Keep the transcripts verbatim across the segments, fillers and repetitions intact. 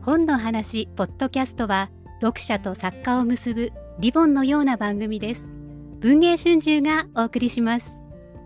本の話ポッドキャストは読者と作家を結ぶリボンのような番組です。文藝春秋がお送りします。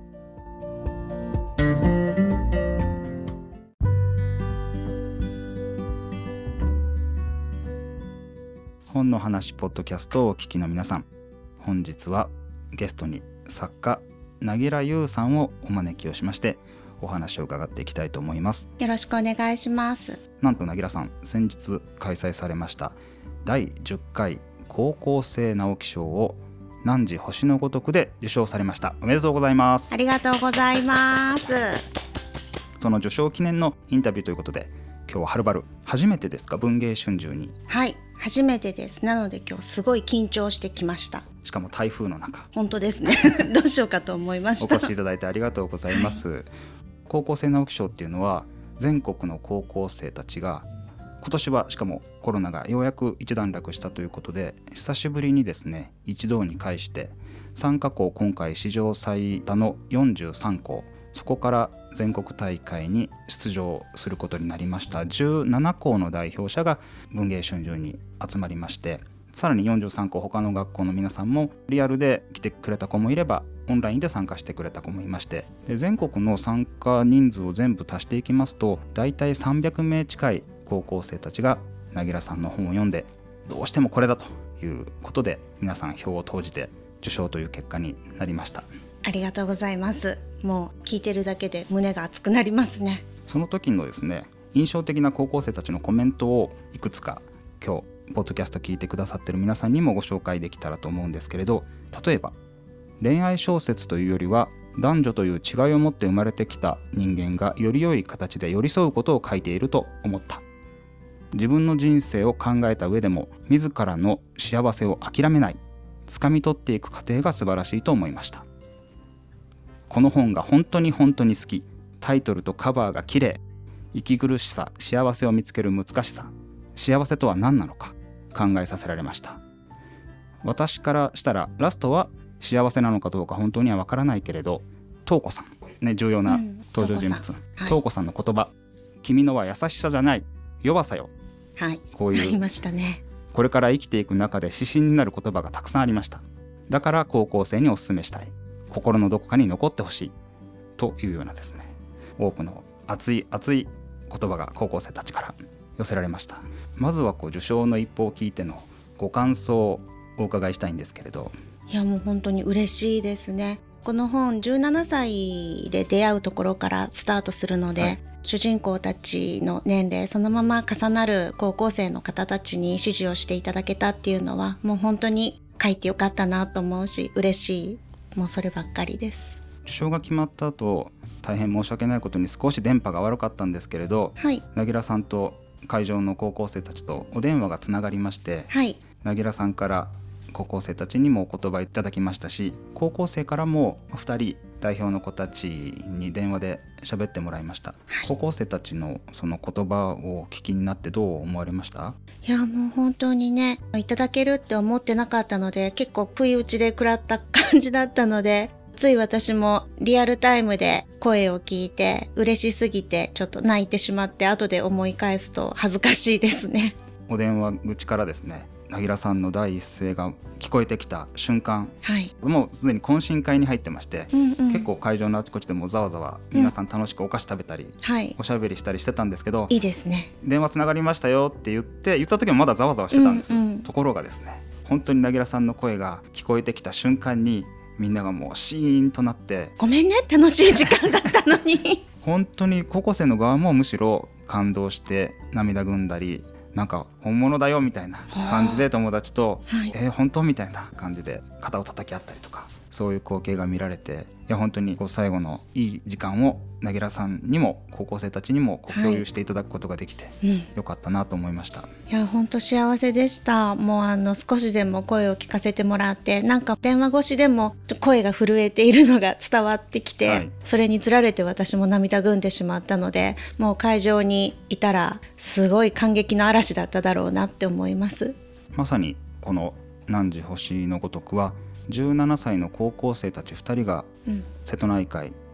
本の話ポッドキャストをお聞きの皆さん、本日はゲストに作家凪良優さんをお招きをしましてお話を伺っていきたいと思います。 よろしくお願いします。 なんと凪良さん、先日開催されましただいじゅっかい高校生直木賞を汝星のごとくで受賞されました。おめでとうございます。 ありがとうございます。 その受賞記念のインタビューということで、今日ははるばる初めてですか、文藝春秋に。 はい、初めてです。なので今日すごい緊張してきました。 しかも台風の中。 本当ですねどうしようかと思いました。 お越しいただいてありがとうございます、はい。高校生直木賞っていうのは全国の高校生たちが、今年はしかもコロナがようやく一段落したということで、久しぶりにですね一堂に会して参加校、今回史上最多のよんじゅうさんこう、そこから全国大会に出場することになりましたじゅうななこうの代表者が文藝春秋に集まりまして、さらによんじゅうさんこう他の学校の皆さんもリアルで来てくれた子もいればオンラインで参加してくれた子もいまして、で全国の参加人数を全部足していきますとだいたいさんびゃくめい近い高校生たちが凪良さんの本を読んで、どうしてもこれだということで皆さん票を投じて受賞という結果になりました。 ありがとうございます。もう聞いてるだけで胸が熱くなりますね。 その時のですね印象的な高校生たちのコメントをいくつか今日ポッドキャスト聞いてくださってる皆さんにもご紹介できたらと思うんですけれど、例えば恋愛小説というよりは男女という違いを持って生まれてきた人間がより良い形で寄り添うことを書いていると思った。自分の人生を考えた上でも自らの幸せを諦めない、掴み取っていく過程が素晴らしいと思いました。この本が本当に本当に好き。タイトルとカバーが綺麗。息苦しさ、幸せを見つける難しさ、幸せとは何なのか考えさせられました。私からしたらラストは幸せなのかどうか本当には分からないけれど、瞳子さん、ね、重要な登場人物、瞳子さん、はい、瞳子さんの言葉、君のは優しさじゃない弱さよ、 はい、 こういうありましたね。 これから生きていく中で指針になる言葉がたくさんありました。だから高校生にお勧めしたい、心のどこかに残ってほしいというようなですね、多くの熱い熱い言葉が高校生たちから寄せられました。まずはこう受賞の一報を聞いてのご感想をお伺いしたいんですけれど。 いやもう本当に嬉しいですね。この本じゅうななさいで出会うところからスタートするので、はい、主人公たちの年齢そのまま重なる高校生の方たちに支持をしていただけたっていうのはもう本当に書いてよかったなと思うし、嬉しい、もうそればっかりです。 受賞が決まった後、大変申し訳ないことに少し電波が悪かったんですけれど、はい、凪良さんと会場の高校生たちとお電話がつながりまして、はい、凪良さんから高校生たちにもお言葉いただきましたし、高校生からもふたり代表の子たちに電話で喋ってもらいました、はい、高校生たちのその言葉をお聞きになってどう思われました？ いやもう本当にね、いただけるって思ってなかったので、結構不意打ちで食らった感じだったので、つい私もリアルタイムで声を聞いて嬉しすぎてちょっと泣いてしまって、後で思い返すと恥ずかしいですね。 お電話口からですね、凪良さんの第一声が聞こえてきた瞬間、はい、もうすでに懇親会に入ってまして、うんうん、結構会場のあちこちでもざわざわ皆さん楽しくお菓子食べたり、うんはい、おしゃべりしたりしてたんですけど、 いいですね、 電話つながりましたよって言って言った時もまだざわざわしてたんです、うんうん、ところがですね、本当に凪良さんの声が聞こえてきた瞬間にみんながもうシーンとなって、 ごめんね楽しい時間だったのに本当に高校生の側もむしろ感動して涙ぐんだり、なんか本物だよみたいな感じで友達と、はい、えー、本当みたいな感じで肩を叩き合ったりとか、そういう光景が見られて、いや本当にこう最後のいい時間を凪良さんにも高校生たちにもこう共有していただくことができて、はい、よかったなと思いました、うん、 いや本当幸せでした。もうあの少しでも声を聞かせてもらって、なんか電話越しでも声が震えているのが伝わってきて、はい、それにつられて私も涙ぐんでしまったので、もう会場にいたらすごい感激の嵐だっただろうなって思います。 まさにこの汝星のごとくはじゅうななさいの高校生たちふたりが瀬戸内海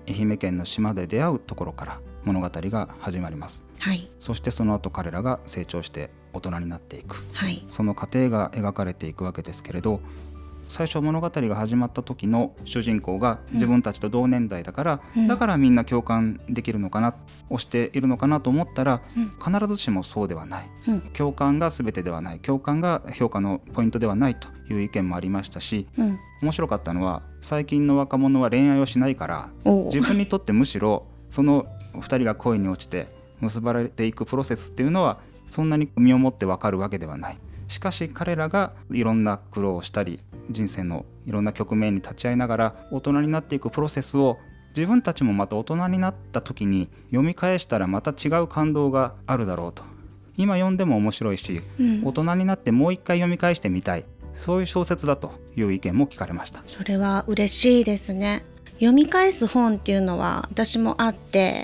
愛媛県の島で出会うところから物語が始まります、 はい、 そしてその後彼らが成長して大人になっていく、 はい、 その過程が描かれていくわけですけれど、最初物語が始まった時の主人公が自分たちと同年代だから、うん、だからみんな共感できるのかな、をしているのかなと思ったら、うん、必ずしもそうではない、うん、共感が全てではない、共感が評価のポイントではないという意見もありましたし、うん、面白かったのは最近の若者は恋愛をしないから自分にとってむしろそのふたりが恋に落ちて結ばれていくプロセスっていうのはそんなに身をもって分かるわけではない。しかし彼らがいろんな苦労をしたり人生のいろんな局面に立ち会いながら大人になっていくプロセスを自分たちもまた大人になった時に読み返したらまた違う感動があるだろうと、今読んでも面白いし、うん、大人になってもう一回読み返してみたい、そういう小説だという意見も聞かれました。 それは嬉しいですね。読み返す本っていうのは私もあって、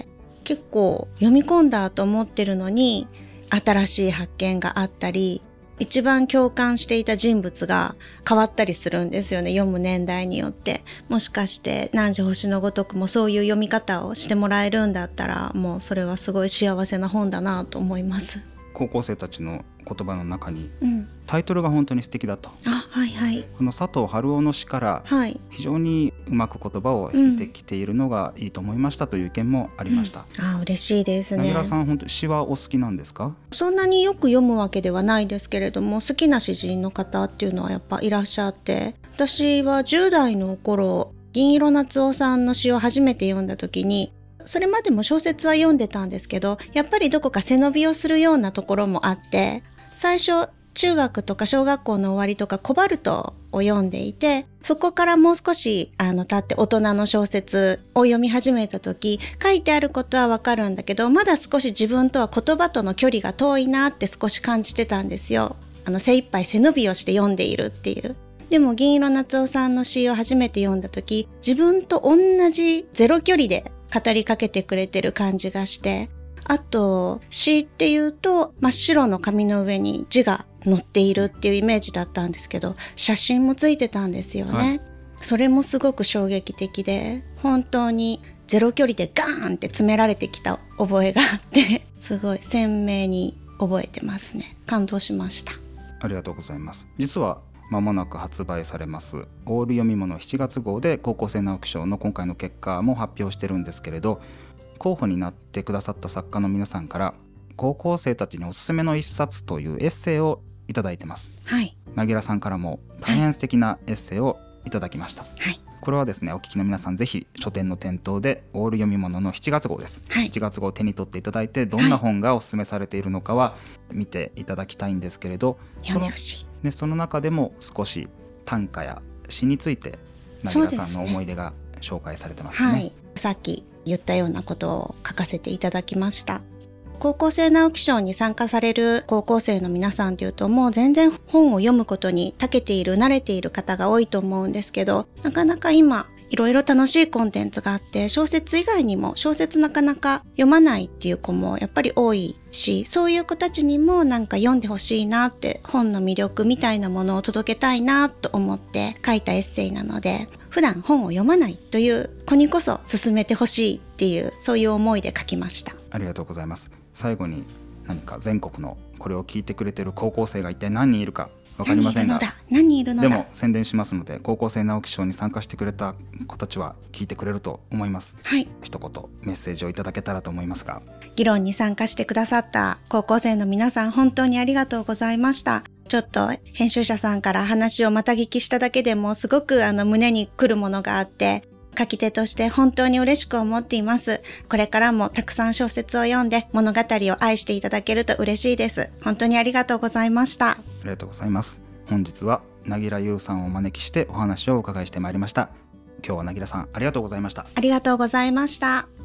結構読み込んだと思ってるのに新しい発見があったり、一番共感していた人物が変わったりするんですよね、読む年代によって。もしかして汝星のごとくもそういう読み方をしてもらえるんだったら、もうそれはすごい幸せな本だなと思います。 高校生たちの言葉の中に、 うん、 タイトルが本当に素敵だと。 あ、はいはい、 この佐藤春夫の詩から非常にうまく言葉を引いてきているのがいいと思いましたという意見もありました、 うん、あ、嬉しいですね。 なぎらさん、本当に詩はお好きなんですか？ そんなによく読むわけではないですけれども、好きな詩人の方っていうのはやっぱいらっしゃって、私はじゅう代の頃銀色夏夫さんの詩を初めて読んだ時に、それまでも小説は読んでたんですけど、やっぱりどこか背伸びをするようなところもあって、最初中学とか小学校の終わりとかコバルトを読んでいて、そこからもう少しあの経って大人の小説を読み始めた時、書いてあることはわかるんだけど、まだ少し自分とは言葉との距離が遠いなって少し感じてたんですよ。あの精一杯背伸びをして読んでいるっていう。でも銀色夏夫さんの詩を初めて読んだ時、自分と同じゼロ距離で語りかけてくれてる感じがして、あと詩っていうと真っ白の紙の上に字が載っているっていうイメージだったんですけど、写真もついてたんですよね、はい、それもすごく衝撃的で、本当にゼロ距離でガーンって詰められてきた覚えがあってすごい鮮明に覚えてますね。感動しました。 ありがとうございます。実は間もなく発売されますオール読み物しちがつ号で高校生直木賞の今回の結果も発表してるんですけれど、候補になってくださった作家の皆さんから高校生たちにおすすめの一冊というエッセイをいただいてます、 はい、 なぎらさんからも大変素敵なエッセイをいただきました、 はい、 これはですね、お聞きの皆さんぜひ書店の店頭でオール読み物のしちがつ号です、はい、しちがつ号を手に取っていただいて、どんな本がおすすめされているのかは見ていただきたいんですけれど、 読んでほしい。 でその中でも少し短歌や詩についてなぎらさんの思い出が紹介されてますね。 はい、さっき言ったようなことを書かせていただきました。高校生直木賞に参加される高校生の皆さんというと、もう全然本を読むことに長けている慣れている方が多いと思うんですけど、なかなか今いろいろ楽しいコンテンツがあって、小説以外にも小説なかなか読まないっていう子もやっぱり多いし、そういう子たちにもなんか読んでほしいなって、本の魅力みたいなものを届けたいなと思って書いたエッセイなので、普段本を読まないという子にこそ勧めてほしいっていう、そういう思いで書きました。 ありがとうございます。最後に何か全国のこれを聞いてくれている高校生が一体何人いるか分かりませんが、 何人いるのだ。 でも宣伝しますので、高校生直木賞に参加してくれた子たちは聞いてくれると思います、 はい、 一言メッセージをいただけたらと思いますが。 議論に参加してくださった高校生の皆さん、本当にありがとうございました。ちょっと編集者さんから話をまた聞きしただけでもすごくあの胸に来るものがあって、書き手として本当に嬉しく思っています。これからもたくさん小説を読んで物語を愛していただけると嬉しいです。本当にありがとうございました。 ありがとうございます。本日はなぎらゆうさんをお招きしてお話をお伺いしてまいりました。今日はなぎらさんありがとうございました。 ありがとうございました。